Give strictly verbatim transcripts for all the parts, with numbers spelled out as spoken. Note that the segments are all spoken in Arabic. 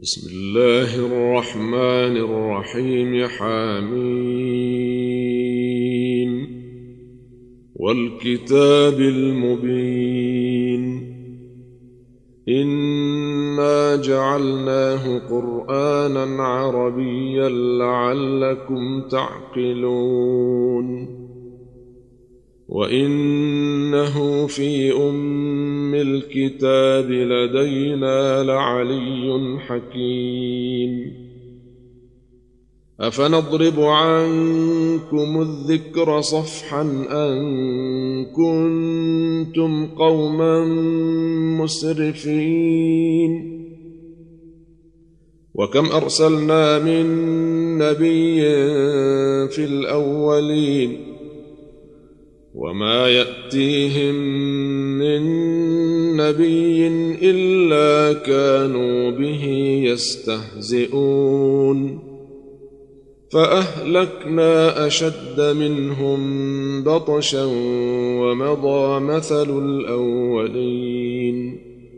بسم الله الرحمن الرحيم. حميم والكتاب المبين إنا جعلناه قرآنا عربيا لعلكم تعقلون وإنه في أم الكتاب لدينا لعلي حكيم أفنضرب عنكم الذكر صفحا أن كنتم قوما مسرفين وكم أرسلنا من نبي في الأولين وما يأتيهم من نبي إلا كانوا به يستهزئون فأهلكنا أشد منهم بطشا ومضى مثل الأولين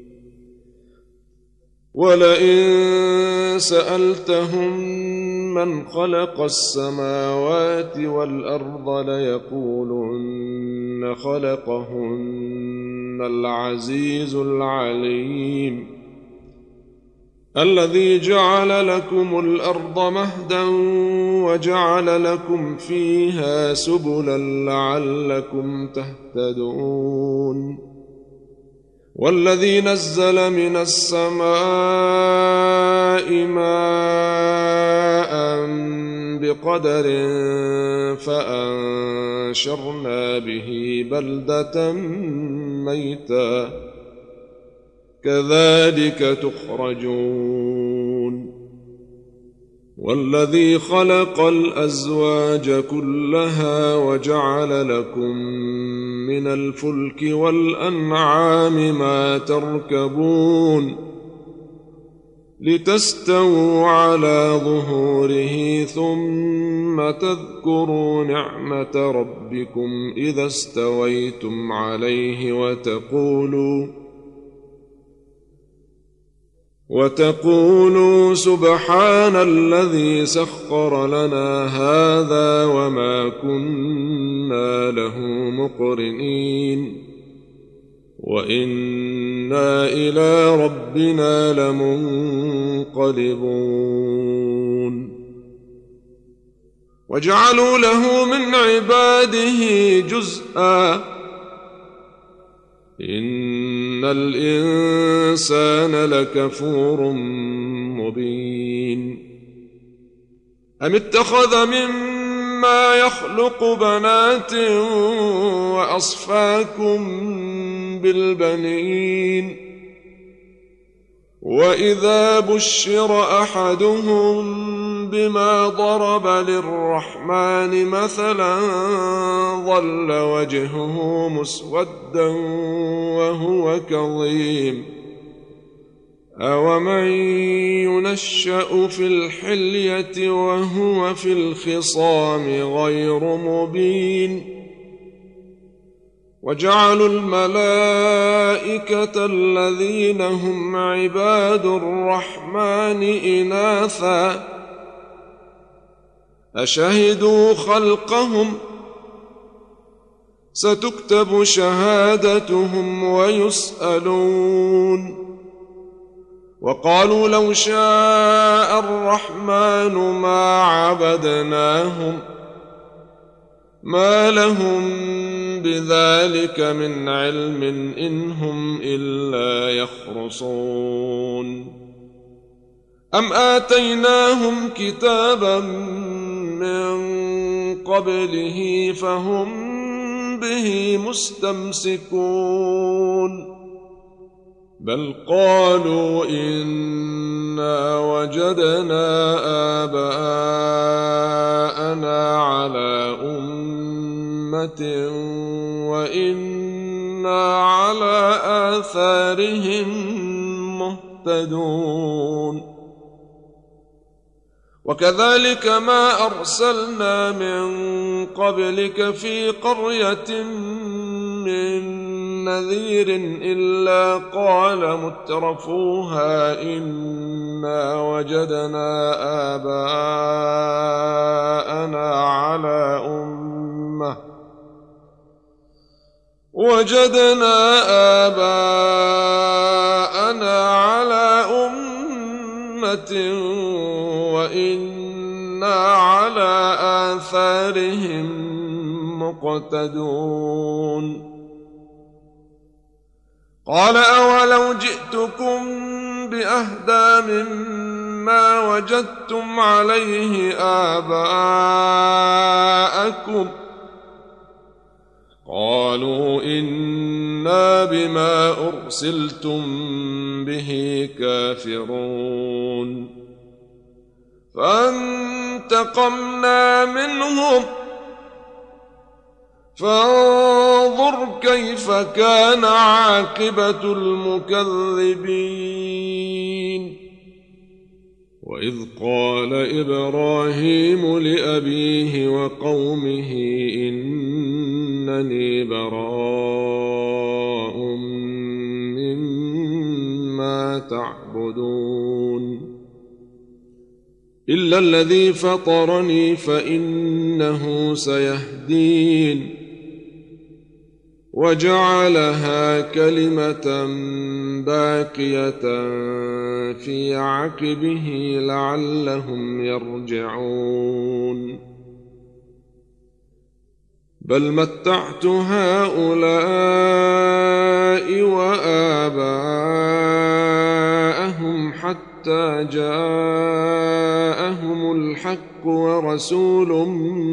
ولئن سألتهم من خلق السماوات والأرض ليقولن خلقهن العزيز العليم الذي جعل لكم الأرض مهدا وجعل لكم فيها سبلا لعلكم تهتدون والذي نزل من السماء ماء بقدر فأنشرنا به بلدة ميتا كذلك تخرجون والذي خلق الأزواج كلها وجعل لكم من الفلك والأنعام ما تركبون لتستووا على ظهوره ثم تذكروا نعمة ربكم إذا استويتم عليه وتقولوا وتقولوا سبحان الذي سخر لنا هذا وما كنا له مقرنين وإنا إلى ربنا لمنقلبون وجعلوا له من عباده جزءا إن الإنسان لكفور مبين أم اتخذ مما يخلق بنات وأصفاكم بالبنين وإذا بشر أحدهم بما ضرب للرحمن مثلا ظل وجهه مسودا وهو كظيم أومن ينشأ في الحلية وهو في الخصام غير مبين وجعلوا الملائكة الذين هم عباد الرحمن إناثا أشهدوا خلقهم ستكتب شهادتهم ويسألون وقالوا لو شاء الرحمن ما عبدناهم ما لهم بذلك من علم إن هم إلا يخرصون أم آتيناهم كتابا من قبله فهم به مستمسكون بل قالوا إنا وجدنا آباءنا على أمة وإنا على آثارهم مهتدون وكذلك ما أرسلنا من قبلك في قرية من نذير إلا قال مترفوها إنا وجدنا آباءنا على أمة وجدنا آباءنا على أمة وإنا على آثارهم مقتدون قال أولو جئتكم بأهدى مما وجدتم عليه آباءكم قالوا إنا بما أرسلتم به كافرون فانتقمنا منهم فانظر كيف كان عاقبة المكذبين وإذ قال إبراهيم لأبيه وقومه إنني براء مما تعبدون إلا الذي فطرني فإنه سيهدين وجعلها كلمة باقية في عقبه لعلهم يرجعون بل متعت هؤلاء وآباءهم حتى جاءهم الحق ورسول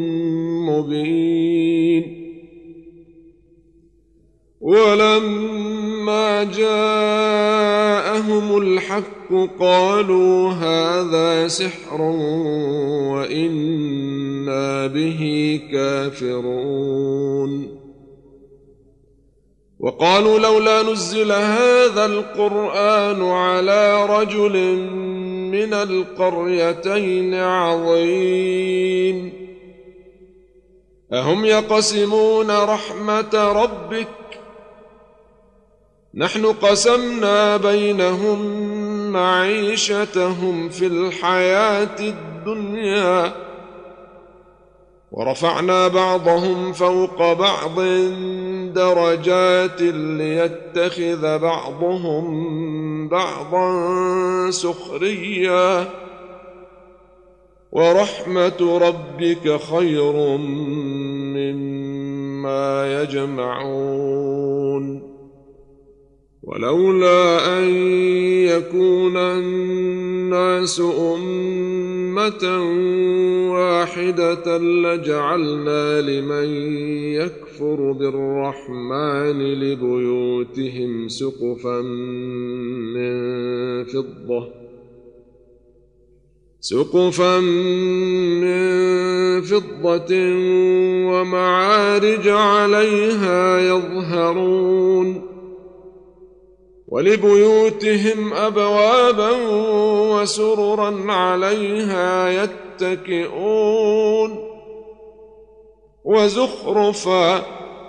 مبين ولما جاءهم الحق قالوا هذا سحر وإنا به كافرون وقالوا لولا نزل هذا القرآن على رجل من القريتين عظيم أهم يقسمون رحمة ربك نحن قسمنا بينهم معيشتهم في الحياة الدنيا ورفعنا بعضهم فوق بعض درجات ليتخذ بعضهم بعضا سخريا ورحمة ربك خير مما يجمعون ولولا أن يكون الناس أمة واحدة لجعلنا لمن يكفر بالرحمن لبيوتهم سقفا من فضة سقفا من فضة ومعارج عليها يظهرون ولبيوتهم أبوابا وسررا عليها يتكئون وزخرفا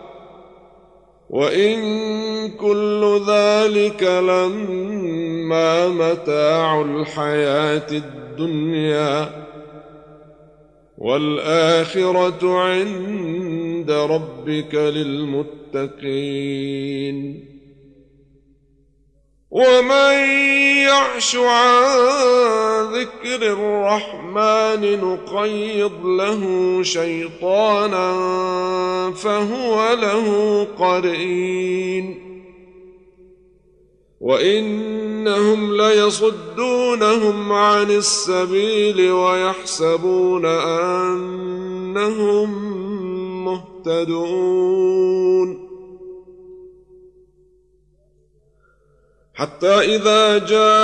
وإن كل ذلك لما متاع الحياة الدنيا والآخرة عند ربك للمتقين ومن يعش عن ذكر الرحمن نقيض له شيطانا فهو له قرين وإنهم ليصدونهم عن السبيل ويحسبون أنهم مهتدون حتى إذا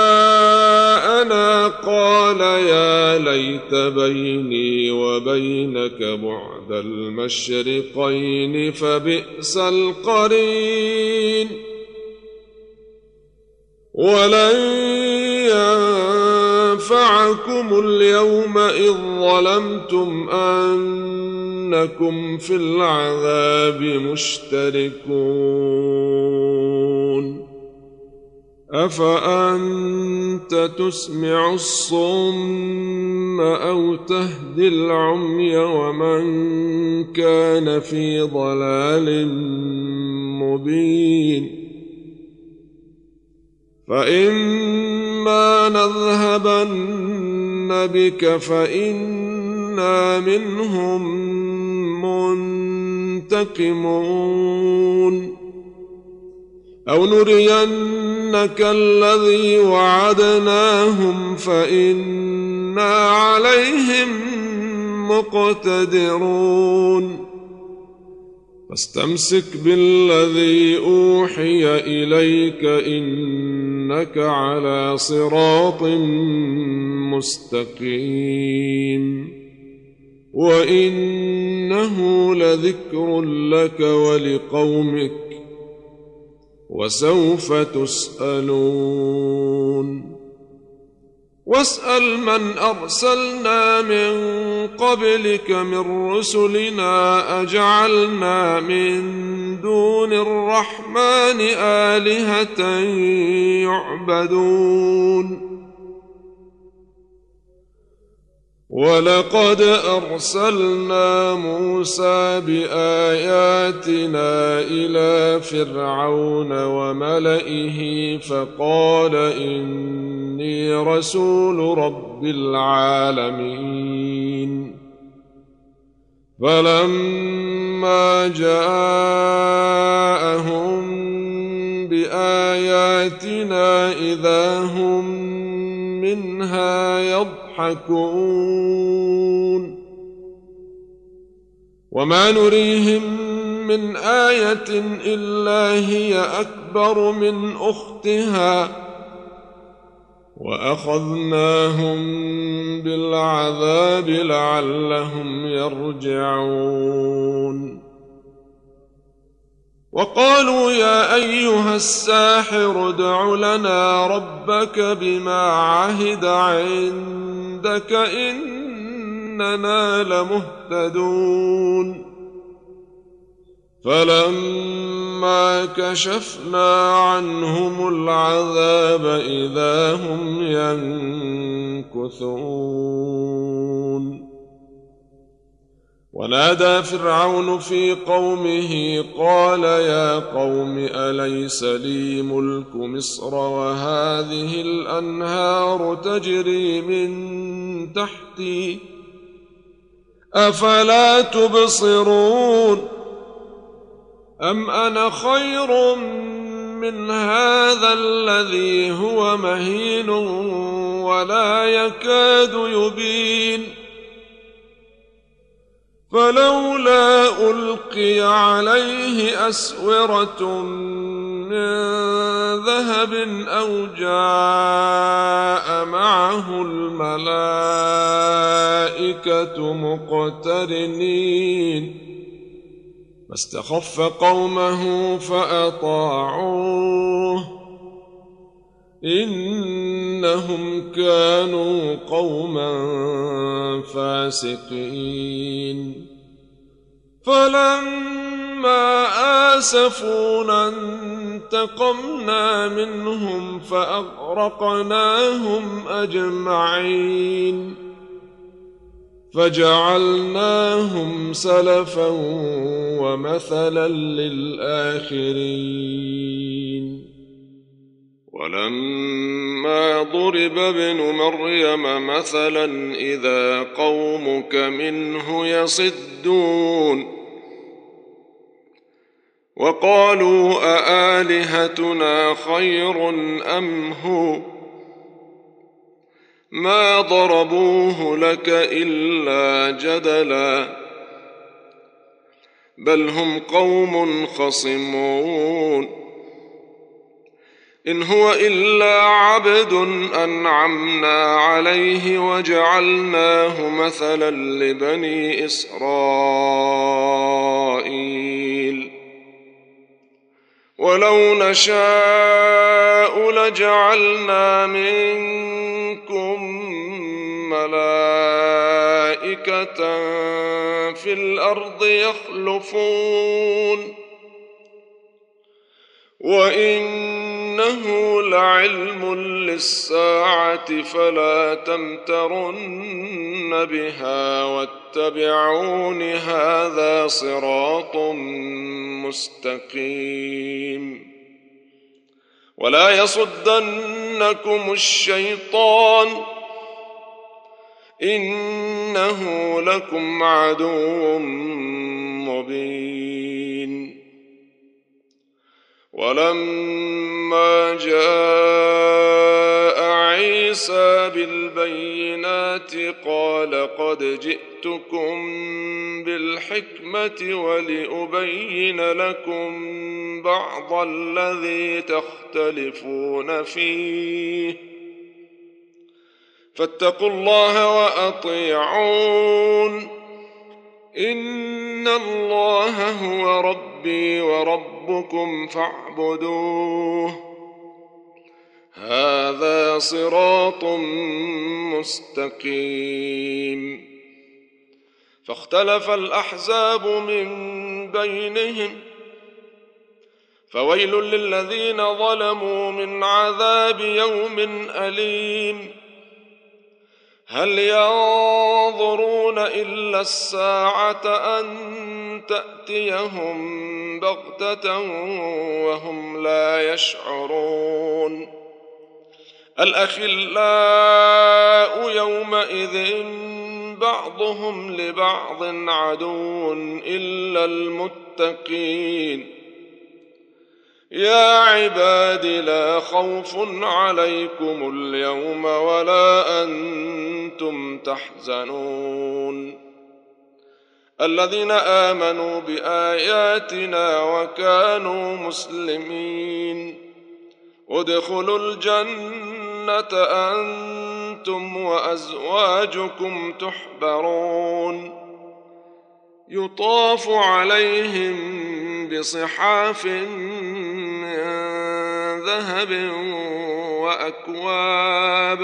جاءنا قال يا ليت بيني وبينك بعد المشرقين فبئس القرين ولن ينفعكم اليوم إذ ظلمتم أنكم في العذاب مشتركون أفأنت تسمع الصم أو تهدي العمي ومن كان في ضلال مبين فإما نذهبن بك فإنا منهم منتقمون أو نرينك الذي وعدناهم فإنا عليهم مقتدرون فاستمسك بالذي أوحي إليك إنك على صراط مستقيم وإنه لذكر لك ولقومك وسوف تسألون واسأل من أرسلنا من قبلك من رسلنا أجعلنا من دون الرحمن آلهة يعبدون ولقد أرسلنا موسى بآياتنا إلى فرعون وملئه فقال إني رسول رب العالمين فلما جاءهم بآياتنا إذا هم منها يضحكون وما نريهم من آية إلا هي أكبر من أختها وأخذناهم بالعذاب لعلهم يرجعون وقالوا يا أيها الساحر ادع لنا ربك بما عهد عندك إننا لمهتدون فلما كشفنا عنهم العذاب إذا هم ينكثون ونادى فرعون في قومه قال يا قوم أليس لي ملك مصر وهذه الأنهار تجري من تحتي أفلا تبصرون أم أنا خير من هذا الذي هو مهين ولا يكاد يبين فلولا ألقي عليه أسورة من ذهب أو جاء معه الملائكة مقترنين فاستخف قومه فأطاعوه إنهم كانوا قوما فاسقين فلما آسفونا انتقمنا منهم فأغرقناهم أجمعين فجعلناهم سلفا ومثلا للآخرين ولما ضرب ابن مريم مثلا إذا قومك منه يصدون وقالوا أآلهتنا خير أم هو ما ضربوه لك إلا جدلا بل هم قوم خصمون إن هو إلا عبد أنعمنا عليه وجعلناه مثلا لبني إسرائيل ولو نشاء لجعلنا منكم ملائكة في الأرض يخلفون وإنه لعلم للساعة فلا تمترن بها واتبعون هذا صراط مستقيم. ولا يصدنكم الشيطان إنه لكم عدو مبين. ولما جاء عيسى بالبينات قال قد جئتكم بالحكمة ولأبين لكم بعض الذي تختلفون فيه فاتقوا الله وأطيعون إن الله هو ربي وربكم فاعبدوه هذا صراط مستقيم. فاختلف الأحزاب من بينهم فويل للذين ظلموا من عذاب يوم أليم. هل ينظرون إلا الساعة أن تأتيهم بغتة وهم لا يشعرون. الأخلاء يومئذ بعضهم لبعض عدو إلا المتقين. يا عباد لا خوف عليكم اليوم ولا أنتم تحزنون الذين آمنوا بآياتنا وكانوا مسلمين ادخلوا الجنة أنتم وأزواجكم تحبرون يطاف عليهم بصحاف من ذهب وأكواب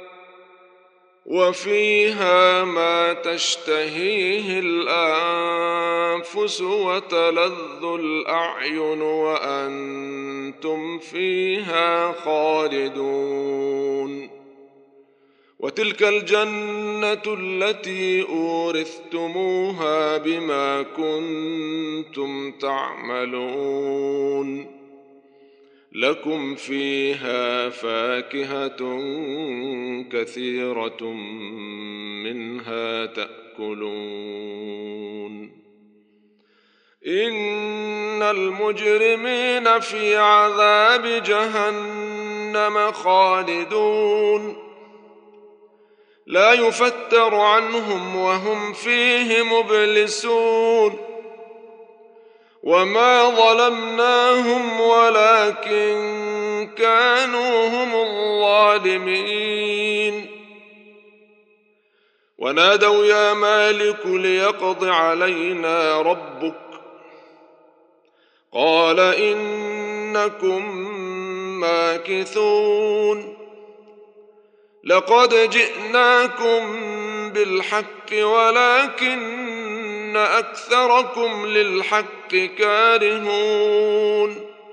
وفيها ما تشتهيه الأنفس وتلذ الأعين وأنتم فيها خالدون. وتلك الجنة التي أورثتموها بما كنتم تعملون لكم فيها فاكهة كثيرة منها تأكلون. إن المجرمين في عذاب جهنم خالدون لا يفتر عنهم وهم فيه مبلسون. وما ظلمناهم ولكن كانوا هم الظالمين. ونادوا يا مالك ليقض علينا ربك قال إنكم ماكثون لقد جئناكم بالحق ولكن أكثركم للحق كارهون.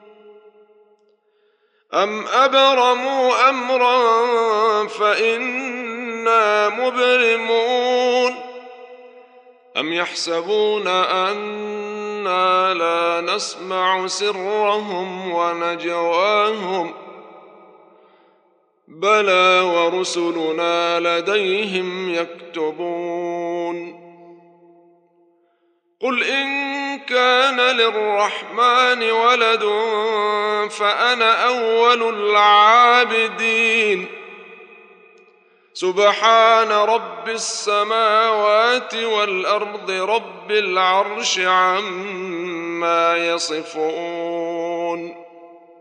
أم أبرموا أمرا فإنا مبرمون أم يحسبون أنا لا نسمع سرهم ونجواهم بلى ورسلنا لديهم يكتبون. قل إن كان للرحمن ولد فأنا أول العابدين سبحان رب السماوات والأرض رب العرش عما يصفون.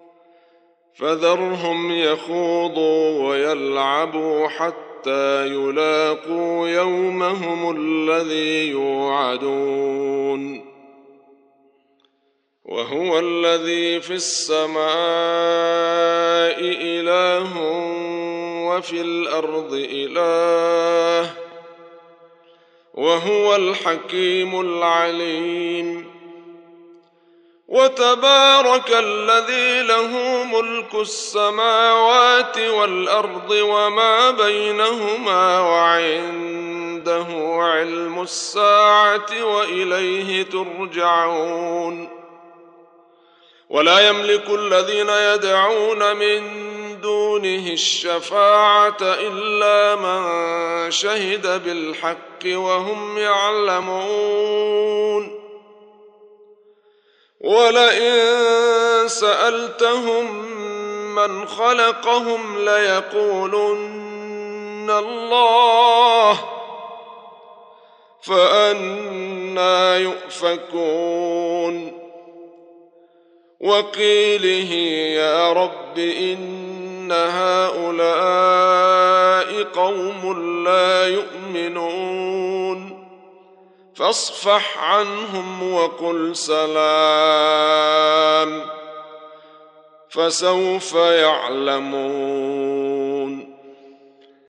فذرهم يخوضوا ويلعبوا حتى يلاقوا يومهم الذي يوعدون. وهو الذي في السماء إله وفي الأرض إله وهو الحكيم العليم. وتبارك الذي له ملك السماوات والأرض وما بينهما وعنده علم الساعة وإليه ترجعون. ولا يملك الذين يدعون من دونه الشفاعة إلا من شهد بالحق وهم يعلمون. ولئن سألتهم من خلقهم ليقولن الله فأنى يؤفكون. وقيله يا رب إن هؤلاء قوم لا يؤمنون فاصفح عنهم وقل سلام فسوف يعلمون.